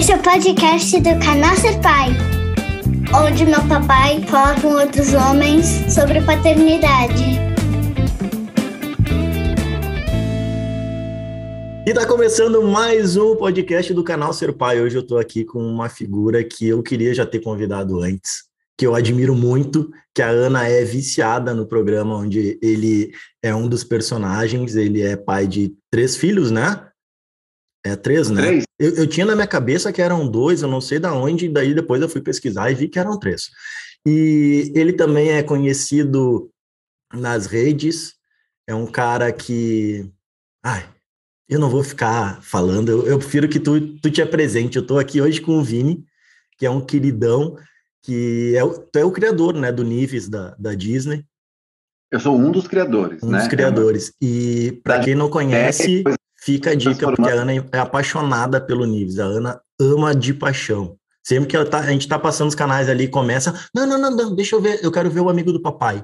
Esse é o podcast do canal Ser Pai, onde meu papai fala com outros homens sobre paternidade. E tá começando mais um podcast do canal Ser Pai. Hoje eu tô aqui com uma figura que eu queria já ter convidado antes, que eu admiro muito, que a Ana é viciada no programa, onde ele é um dos personagens, ele é pai de 3 filhos, né? É 3, né? 3? Eu tinha na minha cabeça que eram 2, eu não sei de onde, daí depois eu fui pesquisar e vi que eram 3. E ele também é conhecido nas redes, é um cara que... eu não vou ficar falando, eu prefiro que tu te apresente. Eu tô aqui hoje com o Vini, que é um queridão, que tu é o criador, né, do Nives da Disney. Eu sou um dos criadores, Um dos criadores. E para quem não conhece, fica a dica, porque a Ana é apaixonada pelo Nives. A Ana ama de paixão. Sempre que a gente tá passando os canais ali, começa... Não, deixa eu ver, eu quero ver o amigo do papai.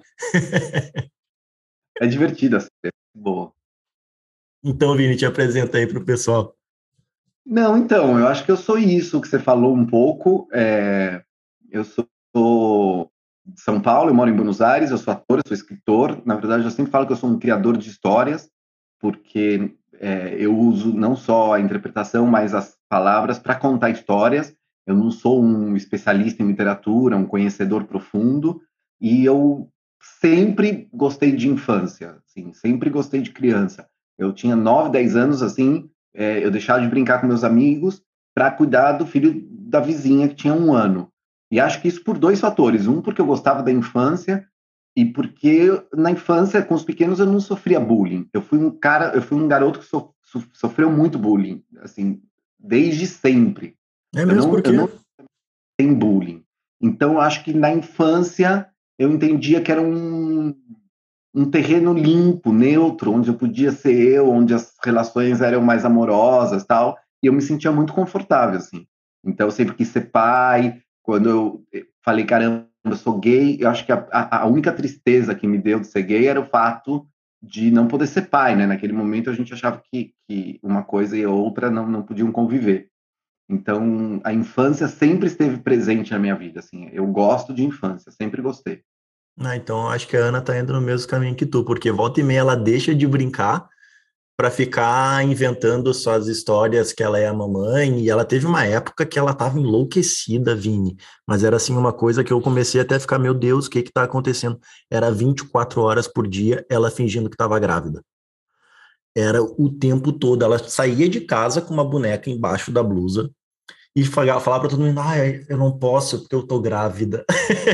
É divertido essa série, boa. Então, Vini, te apresenta aí pro pessoal. Não, então, eu acho que eu sou isso que você falou um pouco. Eu sou de São Paulo, eu moro em Buenos Aires, eu sou ator, eu sou escritor. Na verdade, eu sempre falo que eu sou um criador de histórias, porque eu uso não só a interpretação, mas as palavras para contar histórias. Eu não sou um especialista em literatura, um conhecedor profundo, e eu sempre gostei de infância, assim, sempre gostei de criança. Eu tinha 9, 10 anos, assim, eu deixava de brincar com meus amigos para cuidar do filho da vizinha que tinha 1 ano. E acho que isso por 2 fatores. Um, porque eu gostava da infância, e porque na infância, com os pequenos, eu não sofria bullying. Eu fui um garoto que sofreu muito bullying, assim, desde sempre. É mesmo, por quê? Eu não tenho bullying. Então, eu acho que na infância eu entendia que era um terreno limpo, neutro, onde eu podia ser eu, onde as relações eram mais amorosas, tal, e eu me sentia muito confortável, assim. Então, eu sempre quis ser pai. Quando eu falei, caramba, eu sou gay, eu acho que a única tristeza que me deu de ser gay era o fato de não poder ser pai, né? Naquele momento, a gente achava que uma coisa e a outra não podiam conviver. Então, a infância sempre esteve presente na minha vida, assim. Eu gosto de infância, sempre gostei. Então acho que a Ana tá indo no mesmo caminho que tu, porque volta e meia ela deixa de brincar para ficar inventando suas histórias que ela é a mamãe, e ela teve uma época que ela tava enlouquecida, Vini, mas era assim uma coisa que eu comecei até a ficar, meu Deus, o que tá acontecendo? Era 24 horas por dia ela fingindo que estava grávida. Era o tempo todo, ela saía de casa com uma boneca embaixo da blusa e falava para todo mundo, eu não posso porque eu tô grávida.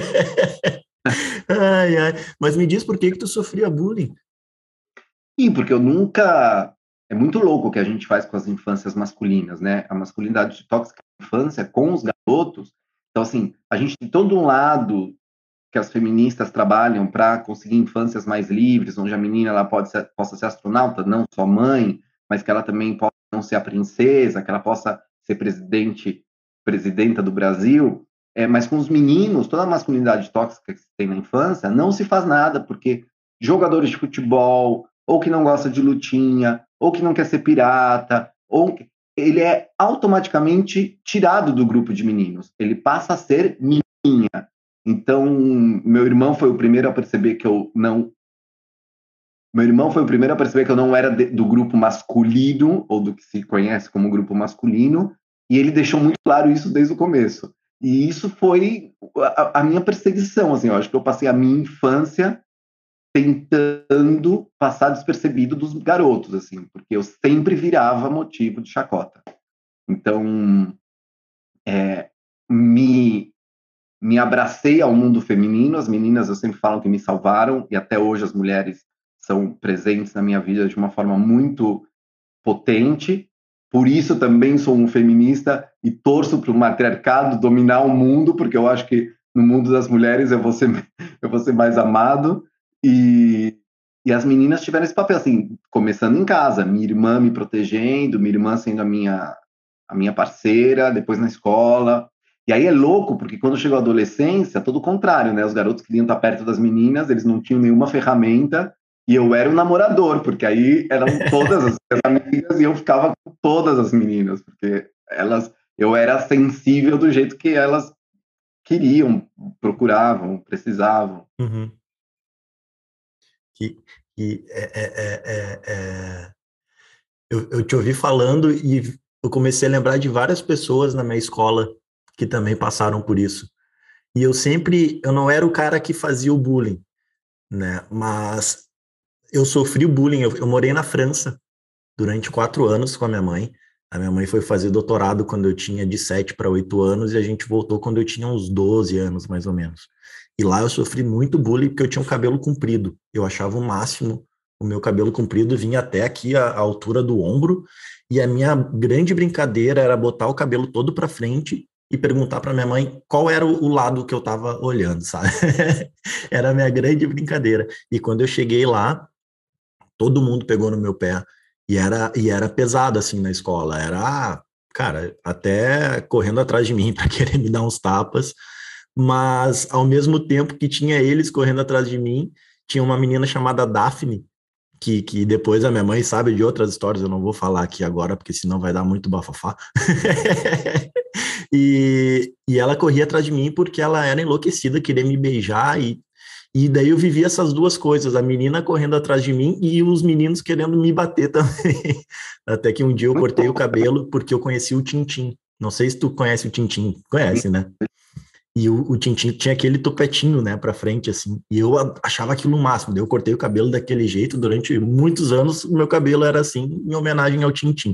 Mas me diz por que tu sofria bullying? Sim, porque eu nunca... É muito louco o que a gente faz com as infâncias masculinas, né? A masculinidade tóxica da infância com os garotos. Então, assim, a gente tem todo um lado que as feministas trabalham para conseguir infâncias mais livres, onde a menina ela possa ser astronauta, não só mãe, mas que ela também possa não ser a princesa, que ela possa ser presidenta do Brasil. Mas com os meninos, toda a masculinidade tóxica que se tem na infância, não se faz nada, porque jogadores de futebol, ou que não gosta de lutinha, ou que não quer ser pirata, ou ele é automaticamente tirado do grupo de meninos. Ele passa a ser menininha. Então, meu irmão foi o primeiro a perceber que eu não era do grupo masculino, ou do que se conhece como grupo masculino, e ele deixou muito claro isso desde o começo. E isso foi a minha perseguição, assim, eu acho que eu passei a minha infância tentando passar despercebido dos garotos, assim, porque eu sempre virava motivo de chacota. Então, me abracei ao mundo feminino. As meninas, eu sempre falo que me salvaram, e até hoje as mulheres são presentes na minha vida de uma forma muito potente. Por isso também sou um feminista e torço para o matriarcado dominar o mundo, porque eu acho que no mundo das mulheres eu vou ser mais amado. E as meninas tiveram esse papel, assim, começando em casa, minha irmã me protegendo, minha irmã sendo a minha parceira, depois na escola. E aí é louco, porque quando chegou a adolescência, todo o contrário, né? Os garotos queriam estar perto das meninas, eles não tinham nenhuma ferramenta, e eu era o namorador, porque aí eram todas as minhas amigas e eu ficava com todas as meninas, porque eu era sensível do jeito que elas queriam, procuravam, precisavam. Uhum. Que eu te ouvi falando e eu comecei a lembrar de várias pessoas na minha escola que também passaram por isso. E eu não era o cara que fazia o bullying, né? Mas eu sofri bullying. Eu morei na França durante 4 anos com a minha mãe. A minha mãe foi fazer doutorado quando eu tinha de 7 para 8 anos e a gente voltou quando eu tinha uns 12 anos, mais ou menos. E lá eu sofri muito bullying porque eu tinha um cabelo comprido. Eu achava o máximo o meu cabelo comprido, vinha até aqui a altura do ombro, e a minha grande brincadeira era botar o cabelo todo para frente e perguntar para minha mãe qual era o lado que eu estava olhando, sabe? Era a minha grande brincadeira. E quando eu cheguei lá, todo mundo pegou no meu pé e era pesado assim na escola. Era, cara, até correndo atrás de mim para querer me dar uns tapas, mas ao mesmo tempo que tinha eles correndo atrás de mim, tinha uma menina chamada Daphne, que depois a minha mãe sabe de outras histórias, eu não vou falar aqui agora, porque senão vai dar muito bafafá. E ela corria atrás de mim porque ela era enlouquecida, queria me beijar, e daí eu vivi essas duas coisas, a menina correndo atrás de mim e os meninos querendo me bater também. Até que um dia eu cortei o cabelo porque eu conheci o Tintim. Não sei se tu conhece o Tintim. Conhece, né? E o Tintim tinha aquele topetinho, né, pra frente, assim. E eu achava aquilo o máximo. Daí eu cortei o cabelo daquele jeito. Durante muitos anos, o meu cabelo era assim, em homenagem ao Tintim.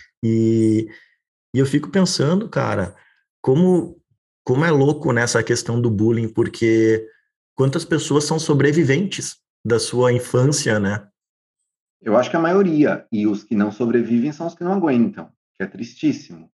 E, e eu fico pensando, cara, como, como é louco nessa questão do bullying, porque quantas pessoas são sobreviventes da sua infância, né? Eu acho que a maioria, e os que não sobrevivem são os que não aguentam, que é tristíssimo.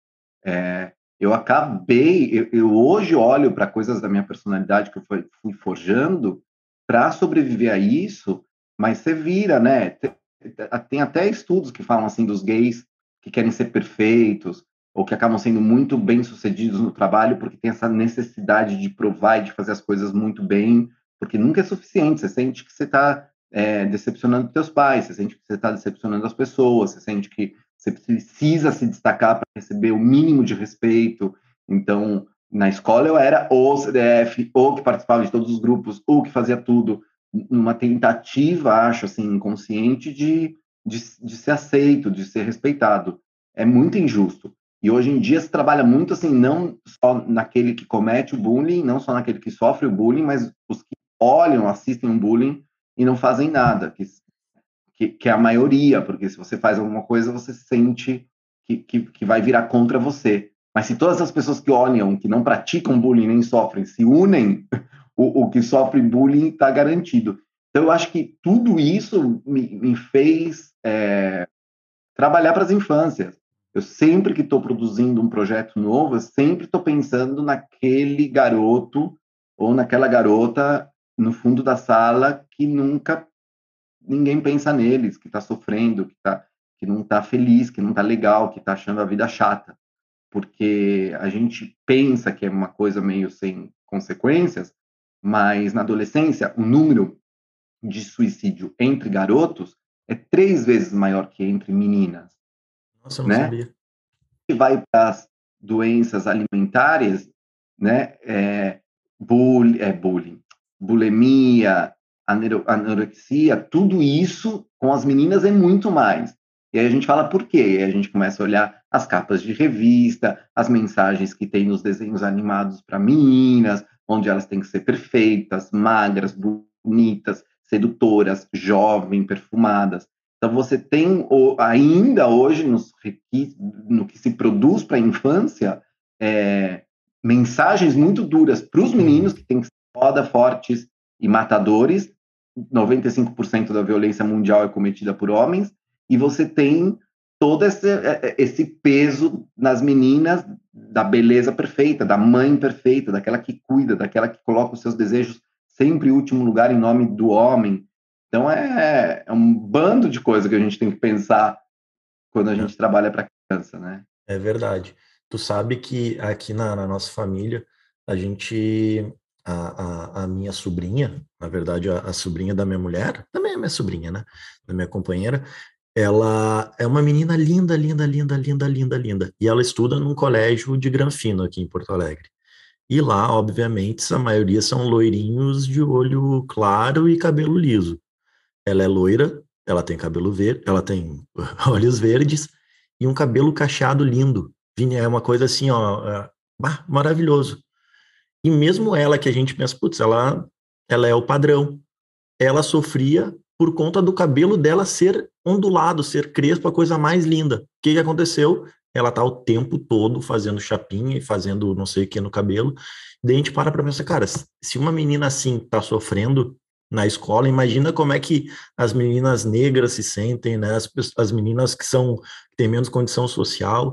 Eu acabei, eu hoje olho para coisas da minha personalidade que eu fui forjando para sobreviver a isso, mas você vira, né? Tem até estudos que falam assim dos gays que querem ser perfeitos ou que acabam sendo muito bem-sucedidos no trabalho porque tem essa necessidade de provar e de fazer as coisas muito bem, porque nunca é suficiente. Você sente que você está decepcionando teus pais, você sente que você está decepcionando as pessoas, você sente que você precisa se destacar para receber o mínimo de respeito. Então, na escola eu era o CDF, ou que participava de todos os grupos, ou que fazia tudo, numa tentativa, acho assim, inconsciente de ser aceito, de ser respeitado. É muito injusto. E hoje em dia se trabalha muito assim, não só naquele que comete o bullying, não só naquele que sofre o bullying, mas os que olham, assistem um bullying e não fazem nada, que é a maioria, porque se você faz alguma coisa, você sente que vai virar contra você. Mas se todas as pessoas que olham, que não praticam bullying nem sofrem, se unem, o que sofre bullying está garantido. Então, eu acho que tudo isso me fez trabalhar para as infâncias. Eu sempre que estou produzindo um projeto novo, eu sempre estou pensando naquele garoto ou naquela garota no fundo da sala que nunca ninguém pensa neles, que está sofrendo, que não está feliz, que não está legal, que está achando a vida chata. Porque a gente pensa que é uma coisa meio sem consequências, mas na adolescência o número de suicídio entre garotos é 3 vezes maior que entre meninas. Nossa, eu não Né? sabia. E vai para as doenças alimentares, né? Bullying, bulimia, anorexia, tudo isso com as meninas é muito mais. E aí a gente fala por quê? E aí a gente começa a olhar as capas de revista, as mensagens que tem nos desenhos animados para meninas, onde elas têm que ser perfeitas, magras, bonitas, sedutoras, jovens, perfumadas. Então você tem ainda hoje no que se produz para a infância mensagens muito duras para os meninos que têm que ser foda, fortes e matadores. 95% da violência mundial é cometida por homens, e você tem todo esse peso nas meninas da beleza perfeita, da mãe perfeita, daquela que cuida, daquela que coloca os seus desejos sempre em último lugar em nome do homem. Então é um bando de coisa que a gente tem que pensar quando a gente trabalha para criança, né? É verdade. Tu sabe que aqui na nossa família, a gente, a minha sobrinha, na verdade, a sobrinha da minha mulher, também é minha sobrinha, né? Da minha companheira, Ela é uma menina linda, linda, linda, linda, linda, linda. E ela estuda num colégio de Granfino, aqui em Porto Alegre. E lá, obviamente, a maioria são loirinhos de olho claro e cabelo liso. Ela é loira, ela tem cabelo verde, ela tem olhos verdes e um cabelo cacheado lindo. Vini, é uma coisa assim, ó, maravilhoso. E mesmo ela que a gente pensa, putz, ela é o padrão. Ela sofria por conta do cabelo dela ser ondulado, ser crespo, a coisa mais linda. O que que aconteceu? Ela tá o tempo todo fazendo chapinha e fazendo não sei o que no cabelo. Daí a gente para pensar, cara, se uma menina assim tá sofrendo na escola, imagina como é que as meninas negras se sentem, né? As meninas que têm menos condição social.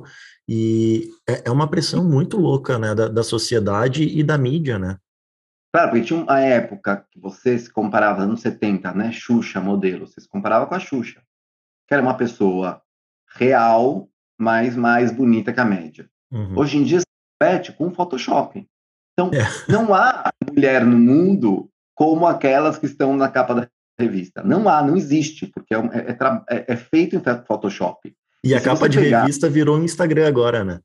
E é uma pressão muito louca, né? Da sociedade e da mídia, né? Claro, porque tinha uma época que você se comparava, anos 70, né? Xuxa, modelo. Você se comparava com a Xuxa, que era uma pessoa real, mas mais bonita que a média. Uhum. Hoje em dia, se compete com Photoshop. Então, É. não há mulher no mundo como aquelas que estão na capa da revista. Não há, não existe, porque é feito em Photoshop. E E a se capa você de pegar revista virou um Instagram agora, né?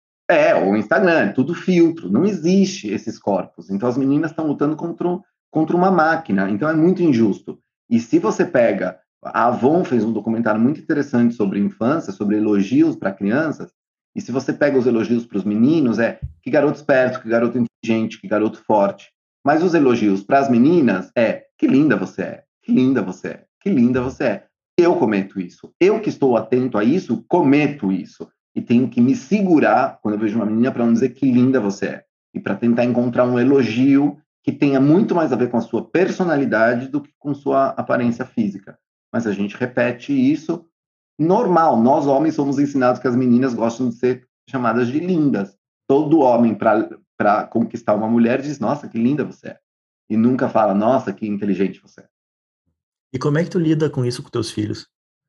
o Instagram, é tudo filtro, não existe esses corpos. Então as meninas estão lutando contra uma máquina, então é muito injusto. E se você pega, a Avon fez um documentário muito interessante sobre infância, sobre elogios para crianças, e se você pega os elogios para os meninos, que garoto esperto, que garoto inteligente, que garoto forte. Mas os elogios para as meninas que linda você é, que linda você é, que linda você é. Eu cometo isso. Eu que estou atento a isso, cometo isso e tenho que me segurar quando eu vejo uma menina para não dizer que linda você é e para tentar encontrar um elogio que tenha muito mais a ver com a sua personalidade do que com sua aparência física. Mas a gente repete isso normal. Nós homens somos ensinados que as meninas gostam de ser chamadas de lindas. Todo homem para conquistar uma mulher diz: "Nossa, que linda você é", e nunca fala: "Nossa, que inteligente você é". E como é que tu lida com isso com teus filhos?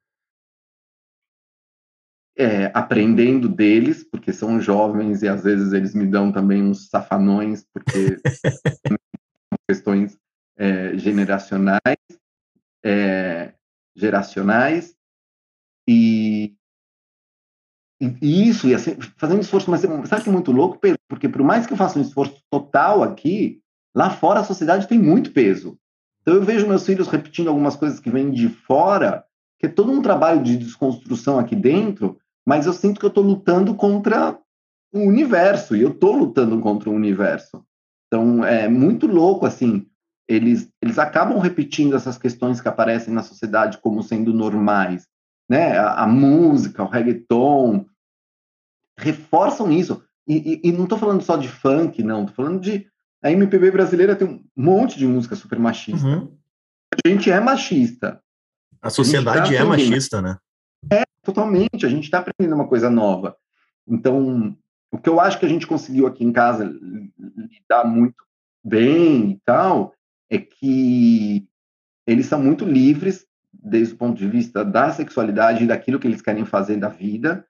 Aprendendo deles, porque são jovens e às vezes eles me dão também uns safanões, porque questões generacionais, é, geracionais, e, e isso, e assim, fazendo esforço, mas sabe que é muito louco, Pedro? Porque por mais que eu faça um esforço total aqui, lá fora a sociedade tem muito peso. Então eu vejo meus filhos repetindo algumas coisas que vêm de fora, que é todo um trabalho de desconstrução aqui dentro, mas eu sinto que eu estou lutando contra o universo, e eu estou lutando contra o universo. Então, é muito louco, assim, eles acabam repetindo essas questões que aparecem na sociedade como sendo normais, né? A música, o reggaeton, reforçam isso. E não estou falando só de funk, não, estou falando de... A MPB brasileira tem um monte de música super machista. Uhum. A gente é machista. A A gente está sociedade é aprendendo machista, né? totalmente, a gente está aprendendo uma coisa nova. Então, o que eu acho que a gente conseguiu aqui em casa lidar muito bem e tal, é que eles são muito livres desde o ponto de vista da sexualidade e daquilo que eles querem fazer da vida,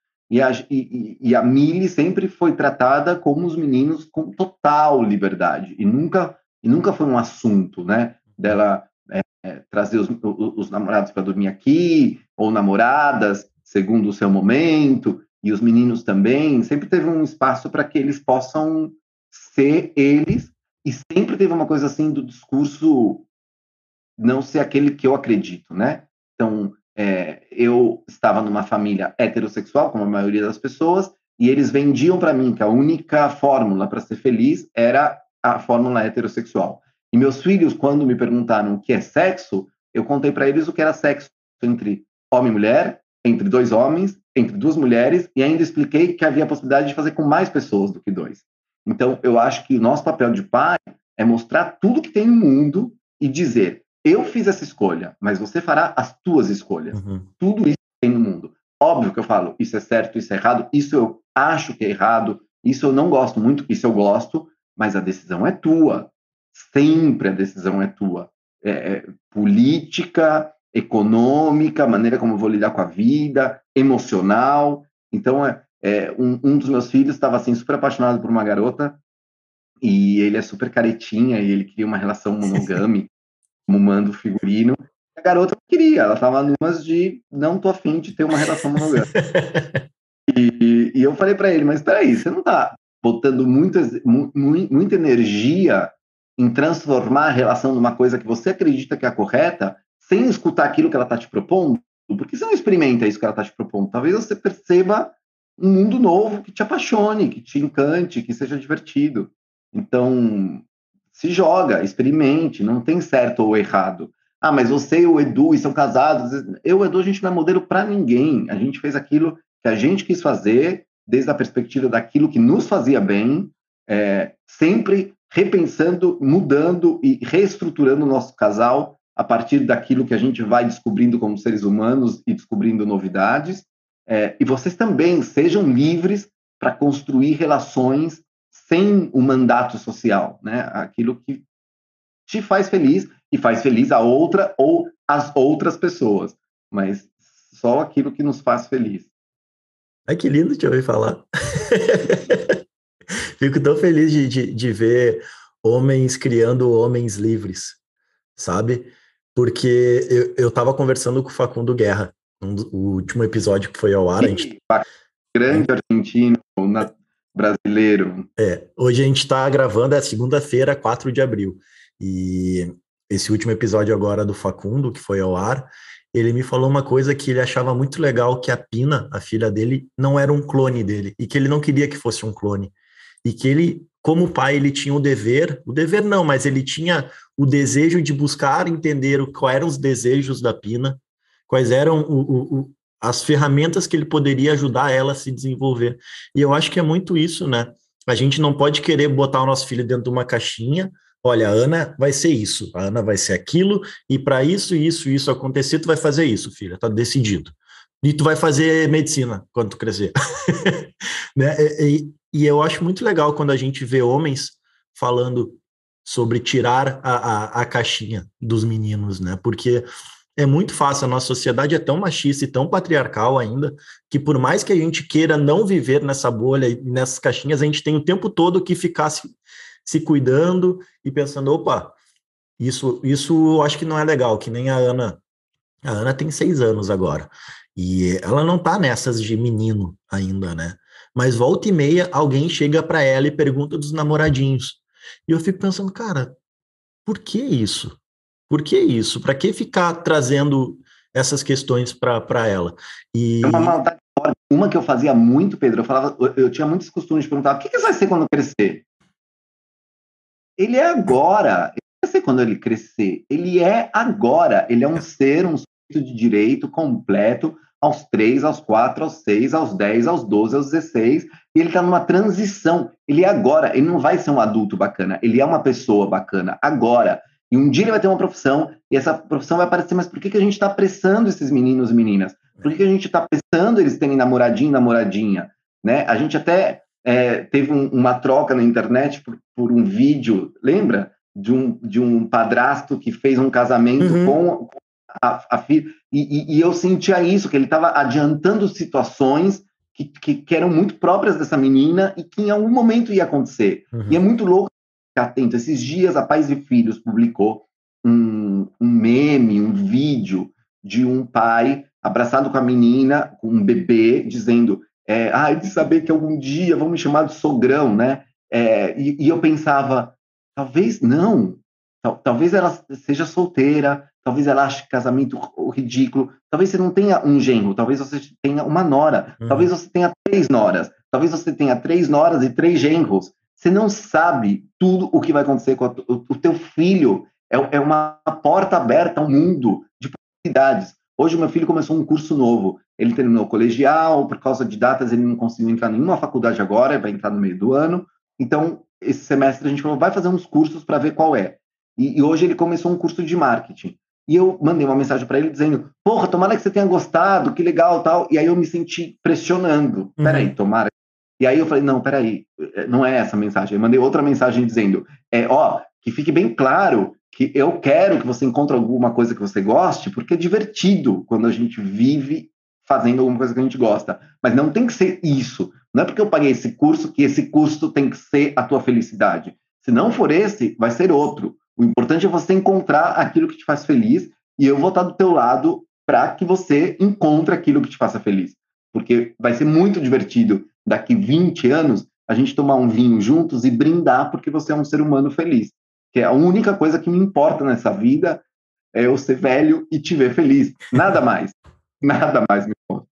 e a Millie sempre foi tratada como os meninos com total liberdade, e nunca foi um assunto, né, dela trazer os namorados para dormir aqui, ou namoradas, segundo o seu momento, e os meninos também, sempre teve um espaço para que eles possam ser eles, e sempre teve uma coisa assim do discurso não ser aquele que eu acredito, né? Então, eu estava numa família heterossexual, como a maioria das pessoas, e eles vendiam para mim que a única fórmula para ser feliz era a fórmula heterossexual. E meus filhos, quando me perguntaram o que é sexo, eu contei para eles o que era sexo entre homem e mulher, entre dois homens, entre duas mulheres, e ainda expliquei que havia a possibilidade de fazer com mais pessoas do que dois. Então, eu acho que o nosso papel de pai é mostrar tudo que tem no mundo e dizer: eu fiz essa escolha, mas você fará as tuas escolhas. Uhum. Tudo isso tem no mundo. Óbvio que eu falo, isso é certo, isso é errado, isso eu acho que é errado, isso eu não gosto muito, isso eu gosto, mas a decisão é tua. Sempre a decisão é tua. Política, econômica, maneira como eu vou lidar com a vida, emocional. Então, um dos meus filhos estava assim, super apaixonado por uma garota, e ele é super caretinha, e ele queria uma relação monogâmica, como manda o figurino. A garota não queria, ela estava numas de não tô afim de ter uma relação monogâmica. E eu falei para ele, mas peraí, você não está botando muita energia em transformar a relação numa coisa que você acredita que é a correta, sem escutar aquilo que ela está te propondo? Por que você não experimenta isso que ela está te propondo? Talvez você perceba um mundo novo que te apaixone, que te encante, que seja divertido. Então, se joga, experimente, não tem certo ou errado. Ah, mas você e o Edu estão casados. Eu e o Edu, a gente não é modelo para ninguém. A gente fez aquilo que a gente quis fazer, desde a perspectiva daquilo que nos fazia bem, sempre repensando, mudando e reestruturando o nosso casal a partir daquilo que a gente vai descobrindo como seres humanos e descobrindo novidades. E vocês também sejam livres para construir relações sem o mandato social, né? Aquilo que te faz feliz e faz feliz a outra ou as outras pessoas, mas só aquilo que nos faz feliz. Ai, que lindo te ouvir falar. Fico tão feliz de ver homens criando homens livres, sabe? Porque eu tava conversando com o Facundo Guerra, o último episódio que foi ao ar. Grande argentino, brasileiro. Hoje a gente tá gravando, é segunda-feira, 4 de abril. E esse último episódio agora do Facundo, que foi ao ar, ele me falou uma coisa que ele achava muito legal, que a Pina, a filha dele, não era um clone dele, e que ele não queria que fosse um clone. E que ele, como pai, ele tinha o dever não, mas ele tinha o desejo de buscar entender quais eram os desejos da Pina, quais eram as ferramentas que ele poderia ajudar ela a se desenvolver. E eu acho que é muito isso, né? A gente não pode querer botar o nosso filho dentro de uma caixinha. Olha, a Ana vai ser isso, a Ana vai ser aquilo, e para isso acontecer, tu vai fazer isso, filha, tá decidido. E tu vai fazer medicina quando tu crescer. Né? E eu acho muito legal quando a gente vê homens falando sobre tirar a caixinha dos meninos, né? Porque é muito fácil, a nossa sociedade é tão machista e tão patriarcal ainda, que por mais que a gente queira não viver nessa bolha e nessas caixinhas, a gente tem o tempo todo que ficar se cuidando e pensando, opa, isso eu acho que não é legal, que nem a Ana. A Ana tem 6 anos agora, e ela não tá nessas de menino ainda, né? Mas volta e meia, alguém chega para ela e pergunta dos namoradinhos. E eu fico pensando, cara, por que isso? Por que isso? Para que ficar trazendo essas questões para ela? É uma maldade. Uma que eu fazia muito, Pedro, eu tinha muitos costumes de perguntar, o que você vai ser quando crescer? Ele é agora. Ele vai ser quando ele crescer. Ele é agora. Ele é um ser, um sujeito de direito completo, aos 3, aos 4, aos 6, aos 10, aos 12, aos 16, e ele está numa transição. Ele é agora. Ele não vai ser um adulto bacana. Ele é uma pessoa bacana agora. E um dia ele vai ter uma profissão, e essa profissão vai aparecer, mas por que a gente está apressando esses meninos e meninas? Por que a gente está apressando eles terem namoradinho e namoradinha? Né? A gente até teve uma troca na internet por um vídeo, lembra? De um padrasto que fez um casamento com a filha, e eu sentia isso, que ele estava adiantando situações que eram muito próprias dessa menina e que em algum momento ia acontecer. E é muito louco ficar atento. Esses dias a Pais e Filhos publicou um meme, um vídeo de um pai abraçado com a menina, com um bebê, dizendo de saber que algum dia vão me chamar de sogrão, né? E eu pensava, talvez não, talvez ela seja solteira, talvez ela ache casamento ridículo, talvez você não tenha um genro, talvez você tenha uma nora, talvez você tenha 3 noras, talvez você tenha 3 noras e 3 genros. Você não sabe tudo o que vai acontecer com o teu filho. É uma porta aberta ao mundo de possibilidades. Hoje o meu filho começou um curso novo. Ele terminou o colegial, por causa de datas ele não conseguiu entrar em nenhuma faculdade agora, vai entrar no meio do ano. Então, esse semestre a gente falou, vai fazer uns cursos para ver qual é. E hoje ele começou um curso de marketing. E eu mandei uma mensagem para ele dizendo, porra, tomara que você tenha gostado, que legal, tal. E aí eu me senti pressionando. Peraí, tomara. E aí eu falei, não, peraí, não é essa a mensagem. Eu mandei outra mensagem dizendo, que fique bem claro que eu quero que você encontre alguma coisa que você goste, porque é divertido quando a gente vive fazendo alguma coisa que a gente gosta. Mas não tem que ser isso. Não é porque eu paguei esse curso que esse curso tem que ser a tua felicidade. Se não for esse, vai ser outro. O importante é você encontrar aquilo que te faz feliz e eu vou estar do teu lado para que você encontre aquilo que te faça feliz. Porque vai ser muito divertido daqui 20 anos a gente tomar um vinho juntos e brindar porque você é um ser humano feliz. Que é a única coisa que me importa nessa vida é eu ser velho e te ver feliz. Nada mais. Nada mais me importa.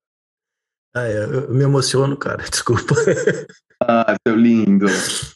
Eu me emociono, cara, desculpa. Ah, seu lindo.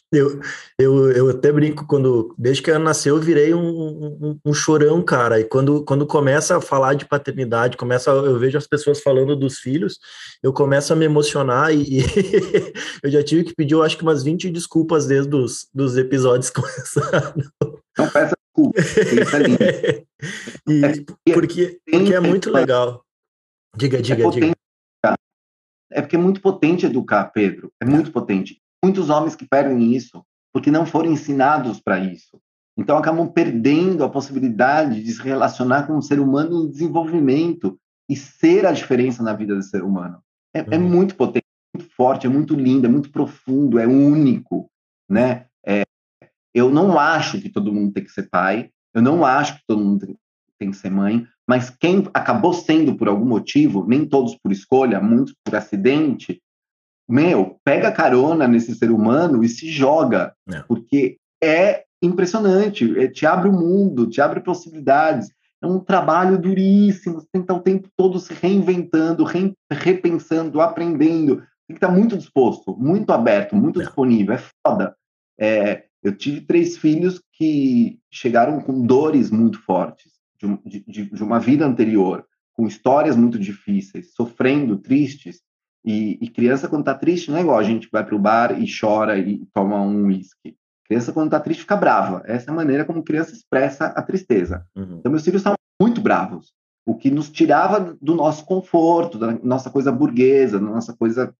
Eu até brinco, desde que ela nasceu, eu virei um chorão, cara. E quando começa a falar de paternidade, eu vejo as pessoas falando dos filhos, eu começo a me emocionar e eu já tive que pedir, eu acho que umas 20 desculpas desde dos episódios começaram. Não peça desculpa, isso é lindo. Porque é muito legal. Diga. É porque é muito potente educar, Pedro. É muito potente. Muitos homens que perdem isso porque não foram ensinados para isso. Então acabam perdendo a possibilidade de se relacionar com um ser humano em desenvolvimento e ser a diferença na vida desse ser humano. É muito potente, muito forte, é muito lindo, é muito profundo, é único, né? Eu não acho que todo mundo tem que ser pai, eu não acho que todo mundo tem que ser mãe, mas quem acabou sendo por algum motivo, nem todos por escolha, muitos por acidente, pega carona nesse ser humano e se joga, porque é impressionante, te abre o mundo, te abre possibilidades, é um trabalho duríssimo, você tem que estar o tempo todo se reinventando, repensando, aprendendo, tem que estar muito disposto, muito aberto, muito disponível, é foda. Eu tive 3 filhos que chegaram com dores muito fortes, de uma vida anterior, com histórias muito difíceis, sofrendo, tristes, e criança quando está triste não é igual a gente vai para o bar e chora e toma um uísque. Criança quando está triste fica brava. Essa é a maneira como criança expressa a tristeza. Então meus filhos estavam muito bravos, o que nos tirava do nosso conforto, da nossa coisa burguesa, da nossa coisa...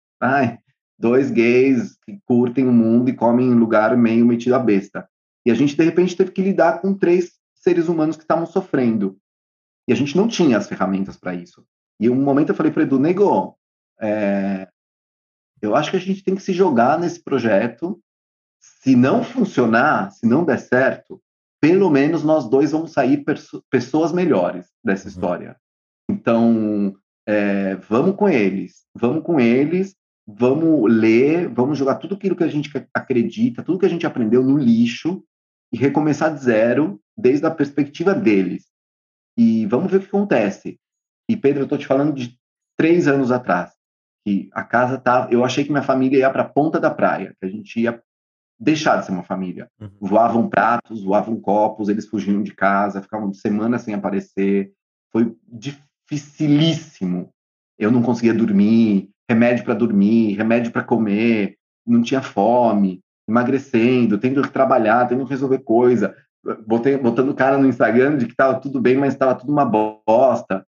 2 gays que curtem o mundo e comem em lugar meio metido a besta. E a gente, de repente, teve que lidar com 3 seres humanos que estavam sofrendo. E a gente não tinha as ferramentas para isso. E um momento eu falei para o Edu, nego, eu acho que a gente tem que se jogar nesse projeto. Se não funcionar, se não der certo, pelo menos nós 2 vamos sair pessoas melhores dessa história. Então, vamos com eles, vamos ler, vamos jogar tudo aquilo que a gente acredita, tudo que a gente aprendeu no lixo e recomeçar de zero, desde a perspectiva deles. E vamos ver o que acontece. E, Pedro, eu estou te falando de 3 anos atrás, que a casa estava... Eu achei que minha família ia para a ponta da praia, que a gente ia deixar de ser uma família. Voavam pratos, voavam copos, eles fugiam de casa, ficavam semanas sem aparecer. Foi dificilíssimo. Eu não conseguia dormir, remédio para dormir, remédio para comer, não tinha fome, emagrecendo, tendo que trabalhar, tendo que resolver coisa, botando cara no Instagram de que estava tudo bem, mas estava tudo uma bosta.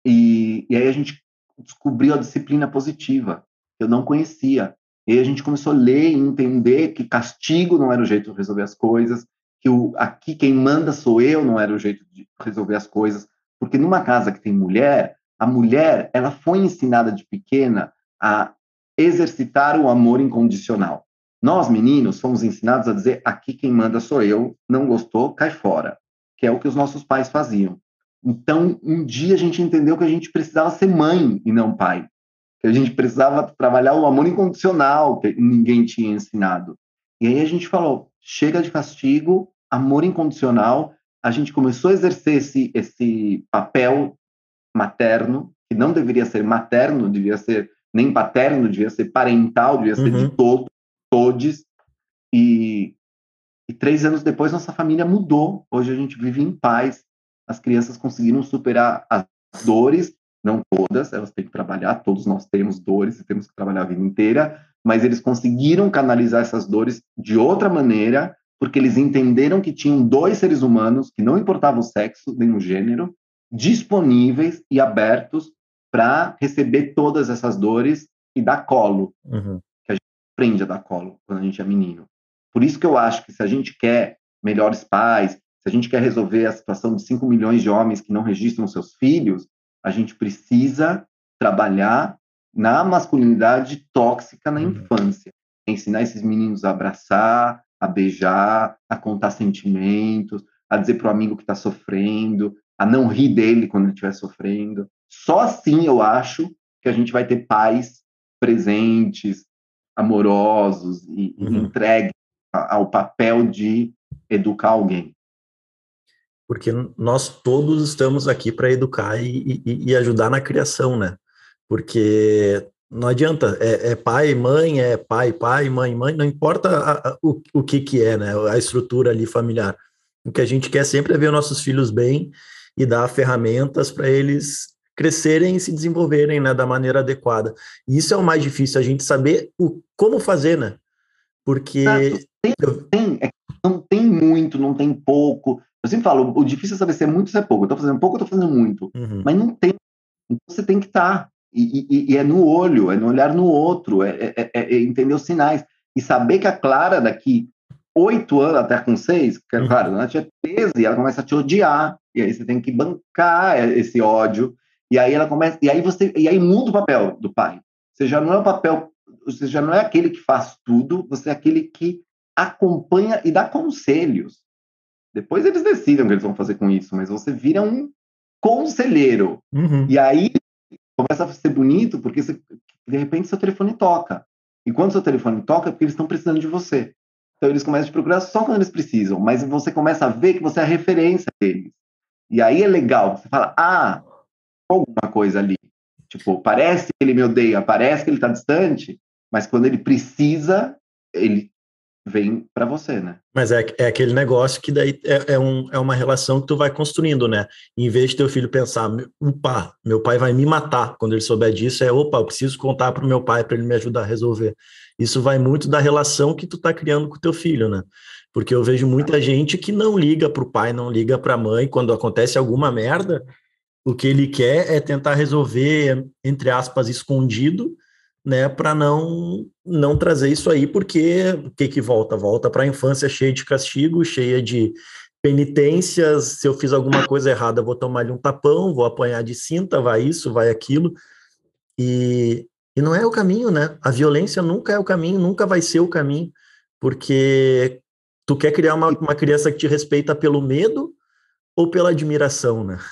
E aí a gente descobriu a disciplina positiva, que eu não conhecia. E aí a gente começou a ler e entender que castigo não era o jeito de resolver as coisas, que aqui quem manda sou eu não era o jeito de resolver as coisas, porque numa casa que tem mulher, a mulher, ela foi ensinada de pequena a exercitar o amor incondicional. Nós, meninos, fomos ensinados a dizer, aqui quem manda sou eu, não gostou, cai fora, que é o que os nossos pais faziam. Então, um dia a gente entendeu que a gente precisava ser mãe e não pai, que a gente precisava trabalhar o amor incondicional, que ninguém tinha ensinado. E aí a gente falou, chega de castigo, amor incondicional, a gente começou a exercer esse papel materno, que não deveria ser materno, devia ser nem paterno, devia ser parental, devia ser de todos. E 3 anos depois, nossa família mudou. Hoje a gente vive em paz. As crianças conseguiram superar as dores, não todas, elas têm que trabalhar, todos nós temos dores e temos que trabalhar a vida inteira, mas eles conseguiram canalizar essas dores de outra maneira, porque eles entenderam que tinham 2 seres humanos, que não importava o sexo nem o gênero, disponíveis e abertos para receber todas essas dores e dar colo, que a gente aprende a dar colo quando a gente é menino. Por isso que eu acho que se a gente quer melhores pais, se a gente quer resolver a situação de 5 milhões de homens que não registram seus filhos, a gente precisa trabalhar na masculinidade tóxica na infância, ensinar esses meninos a abraçar, a beijar, a contar sentimentos, a dizer para o amigo que está sofrendo, a não rir dele quando ele estiver sofrendo. Só assim eu acho que a gente vai ter pais presentes, amorosos e entregues ao papel de educar alguém. Porque nós todos estamos aqui para educar e ajudar na criação, né? Porque não adianta, é pai, mãe, é pai, mãe, não importa o que é, né? A estrutura ali familiar. O que a gente quer sempre é ver nossos filhos bem e dar ferramentas para eles crescerem e se desenvolverem, né, da maneira adequada. E isso é o mais difícil, a gente saber como fazer, né? Porque... Não tem muito, não tem pouco. Eu sempre falo, o difícil é saber se é muito ou se é pouco. Eu tô fazendo pouco, eu tô fazendo muito. Mas não tem. Então você tem que estar. E é no olho, é no olhar no outro, é entender os sinais. E saber que a Clara, daqui 8 anos, até com 6, que, claro, ela tinha 13, ela começa a te odiar. E aí você tem que bancar esse ódio. E aí ela começa. E aí muda o papel do pai. Você já não é o papel. Você já não é aquele que faz tudo, você é aquele que acompanha e dá conselhos. Depois eles decidem o que eles vão fazer com isso, mas você vira um conselheiro. E aí começa a ser bonito porque de repente seu telefone toca. E quando seu telefone toca é porque eles estão precisando de você. Então eles começam a te procurar só quando eles precisam, mas você começa a ver que você é a referência deles. E aí é legal, você fala, alguma coisa ali. Tipo, parece que ele me odeia, parece que ele está distante, mas quando ele precisa, ele vem para você, né? Mas é aquele negócio que daí é uma relação que tu vai construindo, né? Em vez de teu filho pensar, meu pai vai me matar quando ele souber disso, eu preciso contar pro meu pai para ele me ajudar a resolver. Isso vai muito da relação que tu tá criando com teu filho, né? Porque eu vejo muita gente que não liga pro pai, não liga pra mãe, quando acontece alguma merda, o que ele quer é tentar resolver, entre aspas, escondido, né, para não trazer isso aí, porque o que volta? Volta para a infância cheia de castigo, cheia de penitências. Se eu fiz alguma coisa errada, vou tomar ali um tapão, vou apanhar de cinta, vai isso, vai aquilo. E não é o caminho, né? A violência nunca é o caminho, nunca vai ser o caminho, porque tu quer criar uma criança que te respeita pelo medo ou pela admiração, né?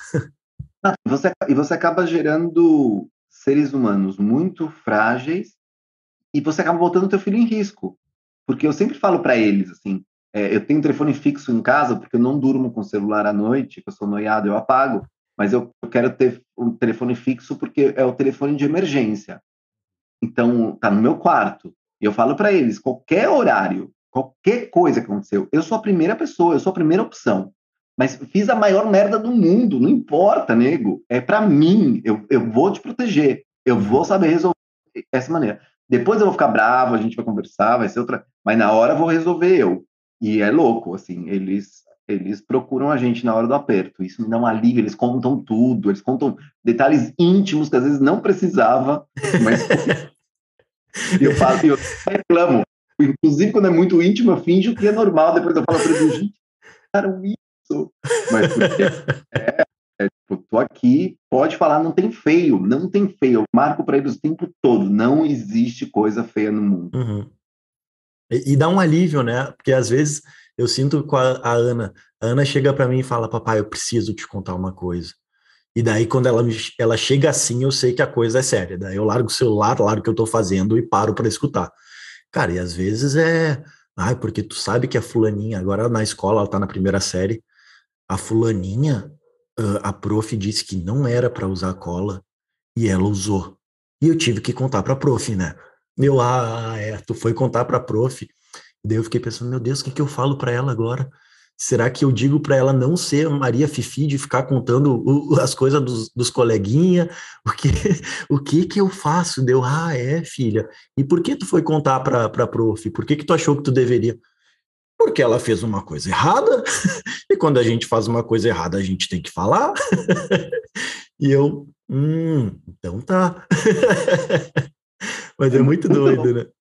Você acaba gerando seres humanos muito frágeis e você acaba botando o teu filho em risco. Porque eu sempre falo para eles, assim, eu tenho um telefone fixo em casa porque eu não durmo com o celular à noite, que eu sou noiado, eu apago, mas eu quero ter um telefone fixo porque é o telefone de emergência. Então, tá no meu quarto. E eu falo para eles, qualquer horário, qualquer coisa que aconteceu, eu sou a primeira pessoa, eu sou a primeira opção. Mas fiz a maior merda do mundo, não importa, nego. É para mim, eu vou te proteger. Eu vou saber resolver dessa maneira. Depois eu vou ficar bravo, a gente vai conversar, vai ser outra... Mas na hora eu vou resolver eu. E é louco, assim, eles procuram a gente na hora do aperto. Isso me dá um alívio, eles contam tudo, eles contam detalhes íntimos que às vezes não precisava, mas eu falo, eu reclamo. Inclusive, quando é muito íntimo, eu finjo que é normal. Depois eu falo para eles, gente, cara, isso. Mas porque tipo, tô aqui, pode falar, não tem feio, não tem feio. Eu marco para eles o tempo todo, não existe coisa feia no mundo. E dá um alívio, né? Porque às vezes eu sinto com a Ana. A Ana chega para mim e fala, papai, eu preciso te contar uma coisa. E daí, quando ela chega assim, eu sei que a coisa é séria. Daí eu largo o celular, largo o que eu tô fazendo e paro para escutar. Cara, e às vezes porque tu sabe que a fulaninha, agora na escola, ela tá na primeira série, a fulaninha, a prof disse que não era para usar cola e ela usou. E eu tive que contar pra prof, né? Tu foi contar pra prof. Daí eu fiquei pensando, meu Deus, o que eu falo pra ela agora? Será que eu digo pra ela não ser Maria Fifi de ficar contando as coisas dos coleguinha? O que eu faço? Deu, filha. E por que tu foi contar pra prof? Por que tu achou que tu deveria? Porque ela fez uma coisa errada, e quando a gente faz uma coisa errada, a gente tem que falar. E eu, então tá. Mas é muito doido, né?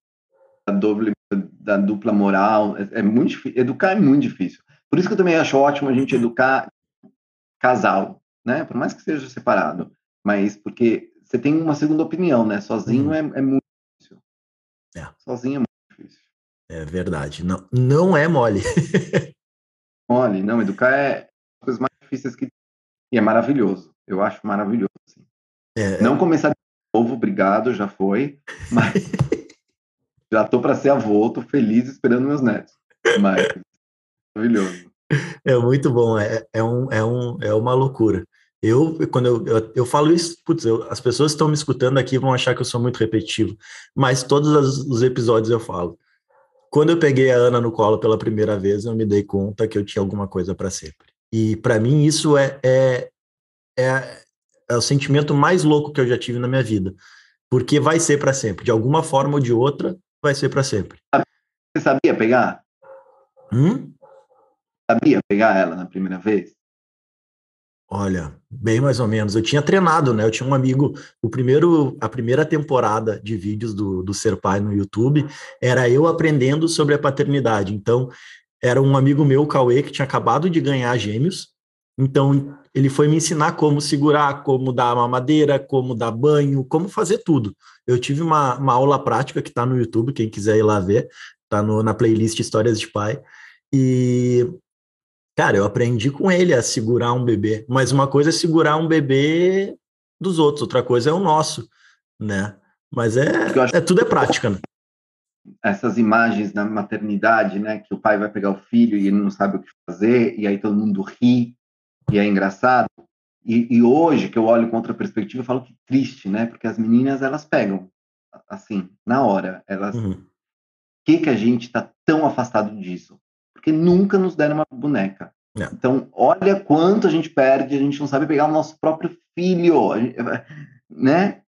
Da dupla moral, é muito difícil. Educar é muito difícil. Por isso que eu também acho ótimo a gente educar casal, né? Por mais que seja separado. Mas porque você tem uma segunda opinião, né? Sozinho é muito difícil. Sozinho é muito difícil. É verdade. Não é mole. Mole, não. Educar é uma das coisas mais difíceis que E é maravilhoso. Eu acho maravilhoso. Assim. Não começar de novo, obrigado, já foi. Mas já tô para ser avô, tô feliz esperando meus netos. Mas maravilhoso. É muito bom, é uma loucura. Quando eu falo isso, putz, as pessoas que estão me escutando aqui vão achar que eu sou muito repetitivo, mas todos os episódios eu falo. Quando eu peguei a Ana no colo pela primeira vez, eu me dei conta que eu tinha alguma coisa para sempre. E para mim isso é o sentimento mais louco que eu já tive na minha vida, porque vai ser para sempre. De alguma forma ou de outra, vai ser para sempre. Você sabia pegar? Sabia pegar ela na primeira vez? Olha, bem mais ou menos. Eu tinha treinado, né? Eu tinha um amigo, a primeira temporada de vídeos do Ser Pai no YouTube era eu aprendendo sobre a paternidade. Então, era um amigo meu, o Cauê, que tinha acabado de ganhar gêmeos. Então, ele foi me ensinar como segurar, como dar mamadeira, como dar banho, como fazer tudo. Eu tive uma aula prática que está no YouTube, quem quiser ir lá ver, está na playlist Histórias de Pai. E cara, eu aprendi com ele a segurar um bebê, mas uma coisa é segurar um bebê dos outros, outra coisa é o nosso, né? Mas tudo é prática, né? Essas imagens da maternidade, né, que o pai vai pegar o filho e ele não sabe o que fazer, e aí todo mundo ri, e é engraçado. E hoje, que eu olho com outra perspectiva, eu falo que triste, né, porque as meninas, elas pegam, assim, na hora, elas... que a gente está tão afastado disso? Porque nunca nos deram uma boneca. Então, olha quanto a gente perde, a gente não sabe pegar o nosso próprio filho, né?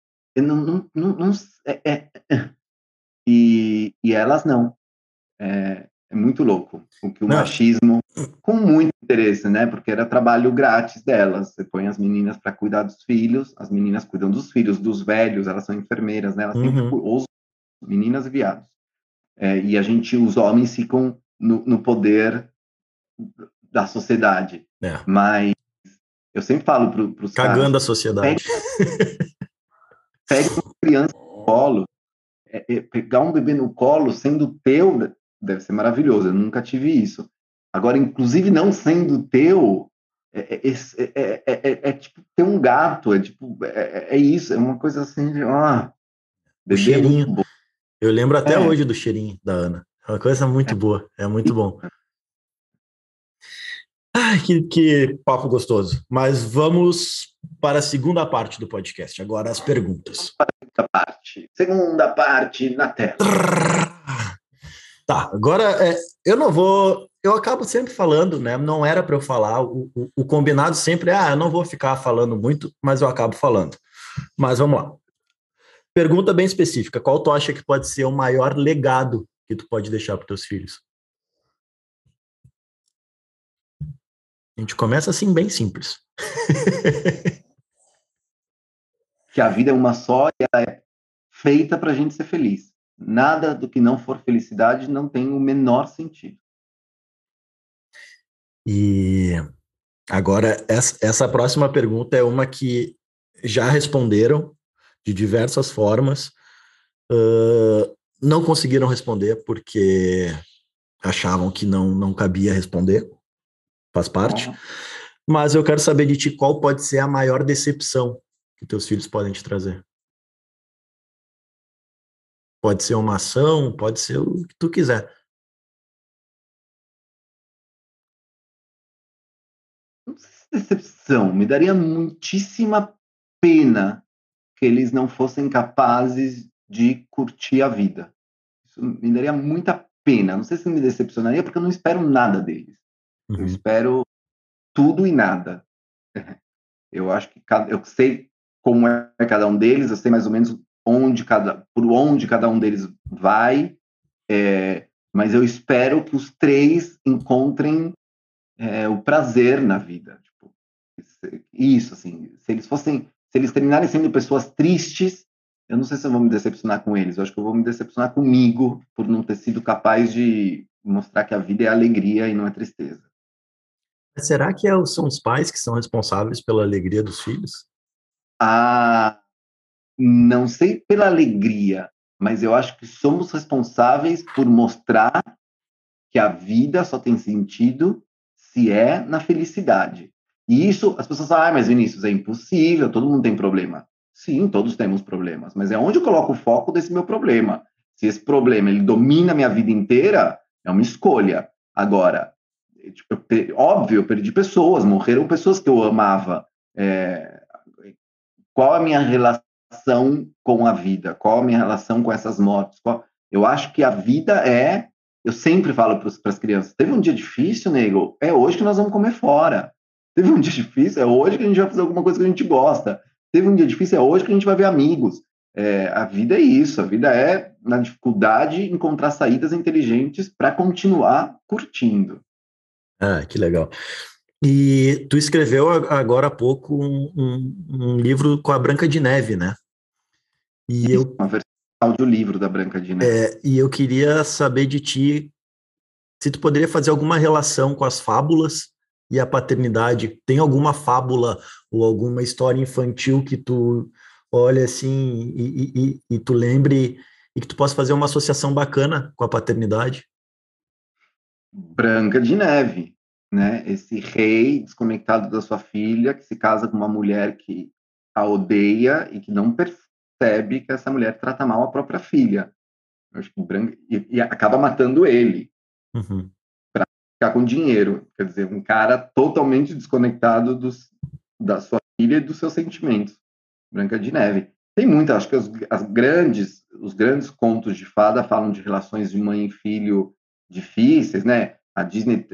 E elas não. É muito louco. O que o machismo, com muito interesse, né? Porque era trabalho grátis delas. Você põe as meninas para cuidar dos filhos, as meninas cuidam dos filhos, dos velhos, elas são enfermeiras, né? Elas sempre os meninas e viados. E os homens ficam no poder da sociedade. Mas eu sempre falo para os caras... Cagando a sociedade. Pega uma criança no colo. Pegar um bebê no colo sendo teu deve ser maravilhoso. Eu nunca tive isso. Agora, inclusive, não sendo teu, tipo ter um gato. É isso. É uma coisa assim de... o cheirinho. Eu lembro até hoje do cheirinho da Ana. É uma coisa muito boa. É muito bom. Ai, que papo gostoso. Mas vamos para a segunda parte do podcast. Agora as perguntas. Segunda parte na tela. Tá, agora eu não vou... Eu acabo sempre falando, né? Não era para eu falar. O combinado sempre é, eu não vou ficar falando muito, mas eu acabo falando. Mas vamos lá. Pergunta bem específica. Qual tu acha que pode ser o maior legado que tu pode deixar para os teus filhos? A gente começa assim, bem simples. Que a vida é uma só e ela é feita para a gente ser feliz. Nada do que não for felicidade não tem o menor sentido. E agora, essa próxima pergunta é uma que já responderam de diversas formas, não conseguiram responder porque achavam que não cabia responder, faz parte. Mas eu quero saber de ti qual pode ser a maior decepção que teus filhos podem te trazer. Pode ser uma ação, pode ser o que tu quiser. Não sei se decepção, me daria muitíssima pena que eles não fossem capazes de curtir a vida. Isso me daria muita pena. Não sei se me decepcionaria, porque eu não espero nada deles. Eu espero tudo e nada. Eu acho que eu sei como é cada um deles, eu sei mais ou menos por onde cada um deles vai, mas eu espero que os três encontrem o prazer na vida. Tipo, isso, assim, se eles terminarem sendo pessoas tristes, eu não sei se eu vou me decepcionar com eles, eu acho que eu vou me decepcionar comigo por não ter sido capaz de mostrar que a vida é alegria e não é tristeza. Será que são os pais que são responsáveis pela alegria dos filhos? Não sei pela alegria, mas eu acho que somos responsáveis por mostrar que a vida só tem sentido se é na felicidade. E isso, as pessoas falam, mas Vinícius, é impossível, todo mundo tem problema. Sim, todos temos problemas, mas é onde eu coloco o foco desse meu problema. Se esse problema, ele domina a minha vida inteira, é uma escolha. Agora, tipo, óbvio, eu perdi pessoas, morreram pessoas que eu amava. Qual a minha relação com a vida? Qual a minha relação com essas mortes? Eu acho que a vida eu sempre falo para as crianças, teve um dia difícil, nego? É hoje que nós vamos comer fora. Teve um dia difícil, é hoje que a gente vai fazer alguma coisa que a gente gosta. Teve um dia difícil, é hoje que a gente vai ver amigos. A vida é isso, a vida é, na dificuldade, encontrar saídas inteligentes para continuar curtindo. Ah, que legal. E tu escreveu agora há pouco um livro com a Branca de Neve, né? Uma versão audiolivro da Branca de Neve. E eu queria saber de ti se tu poderia fazer alguma relação com as fábulas e a paternidade. Tem alguma fábula ou alguma história infantil que tu olha assim e tu lembre e que tu possa fazer uma associação bacana com a paternidade? Branca de Neve, né? Esse rei desconectado da sua filha, que se casa com uma mulher que a odeia e que não percebe que essa mulher trata mal a própria filha. Eu acho que e acaba matando ele. Uhum. Para ficar com dinheiro. Quer dizer, um cara totalmente desconectado da sua filha e dos seus sentimentos. Branca de Neve. Tem muita, acho que os grandes contos de fada falam de relações de mãe e filho difíceis, né? A Disney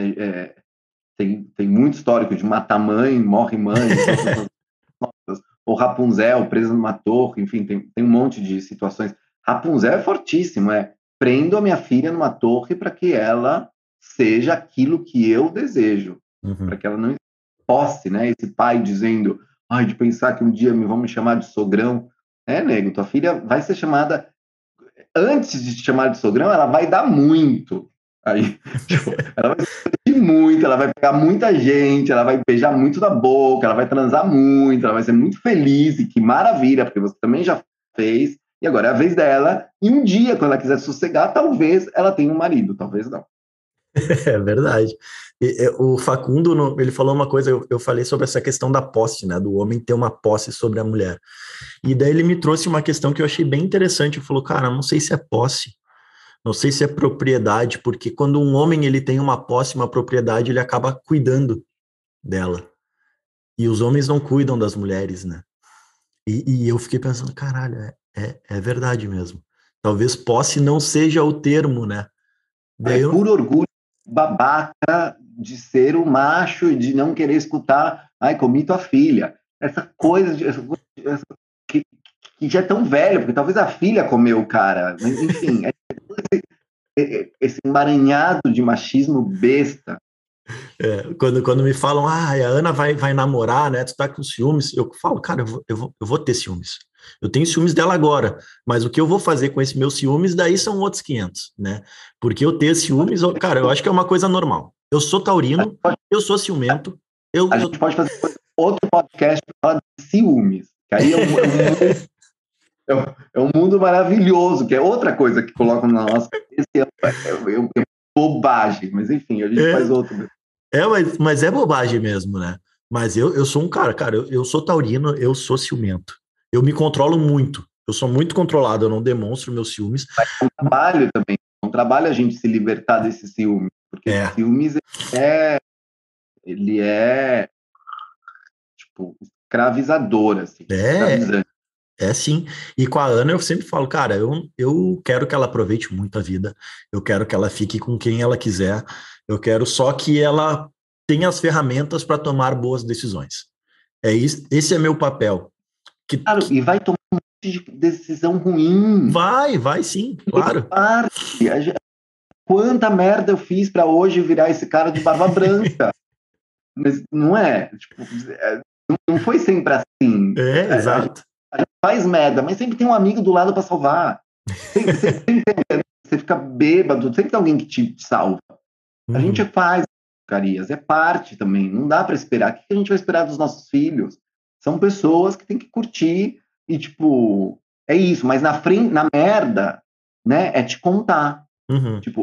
tem muito histórico de matar mãe, morre mãe, ou Rapunzel presa numa torre, enfim, tem um monte de situações. Rapunzel é fortíssimo, prendo a minha filha numa torre para que ela seja aquilo que eu desejo, para que ela não posse, né? Esse pai dizendo, de pensar que um dia vão me chamar de sogrão. Nego, tua filha vai ser chamada, antes de te chamar de sogrão, ela vai dar muito. Aí, tipo, ela vai ser muito, ela vai pegar muita gente, ela vai beijar muito na boca, ela vai transar muito, ela vai ser muito feliz, e que maravilha, porque você também já fez, e agora é a vez dela, e um dia, quando ela quiser sossegar, talvez ela tenha um marido, talvez não. É verdade. O Facundo, ele falou uma coisa, eu falei sobre essa questão da posse, né, do homem ter uma posse sobre a mulher. E daí ele me trouxe uma questão que eu achei bem interessante, ele falou, cara, não sei se é posse, não sei se é propriedade, porque quando um homem ele tem uma posse, uma propriedade, ele acaba cuidando dela. E os homens não cuidam das mulheres, né? E eu fiquei pensando, caralho, é verdade mesmo. Talvez posse não seja o termo, né? Daí por orgulho babaca de ser o macho e de não querer escutar, comi tua filha. Essa coisa que já é tão velho, porque talvez a filha comeu o cara, mas enfim, esse emaranhado de machismo besta. Quando me falam, a Ana vai namorar, né? Tu tá com ciúmes, eu falo, cara, eu vou ter ciúmes. Eu tenho ciúmes dela agora, mas o que eu vou fazer com esse meus ciúmes, daí são outros 500, né? Porque eu ter ciúmes, cara, eu acho que é uma coisa normal. Eu sou taurino, eu sou ciumento. A gente pode fazer outro podcast para falar de ciúmes, que aí é um mundo maravilhoso, que é outra coisa que colocam na nossa é bobagem, mas enfim, a gente faz outro. Mas é bobagem mesmo, né? Mas eu sou um cara, eu sou taurino, eu sou ciumento. Eu me controlo muito. Eu sou muito controlado, eu não demonstro meus ciúmes. Mas é um trabalho também. É um trabalho a gente se libertar desse ciúme. Porque ciúmes, ele é tipo, escravizador, assim. Sim. E com a Ana eu sempre falo, cara, eu quero que ela aproveite muito a vida. Eu quero que ela fique com quem ela quiser. Eu quero só que ela tenha as ferramentas para tomar boas decisões. Esse é meu papel. E vai tomar um monte de decisão ruim. Vai sim, claro. Quanta merda eu fiz para hoje virar esse cara de barba branca. Mas não é. Tipo, não foi sempre assim. Exato. A gente faz merda, mas sempre tem um amigo do lado para salvar. Você fica bêbado, sempre tem alguém que te salva. A gente faz porcarias, é parte também. Não dá para esperar. O que a gente vai esperar dos nossos filhos? São pessoas que tem que curtir e, tipo, é isso. Mas na frente, na merda, né, é te contar. Tipo, eu já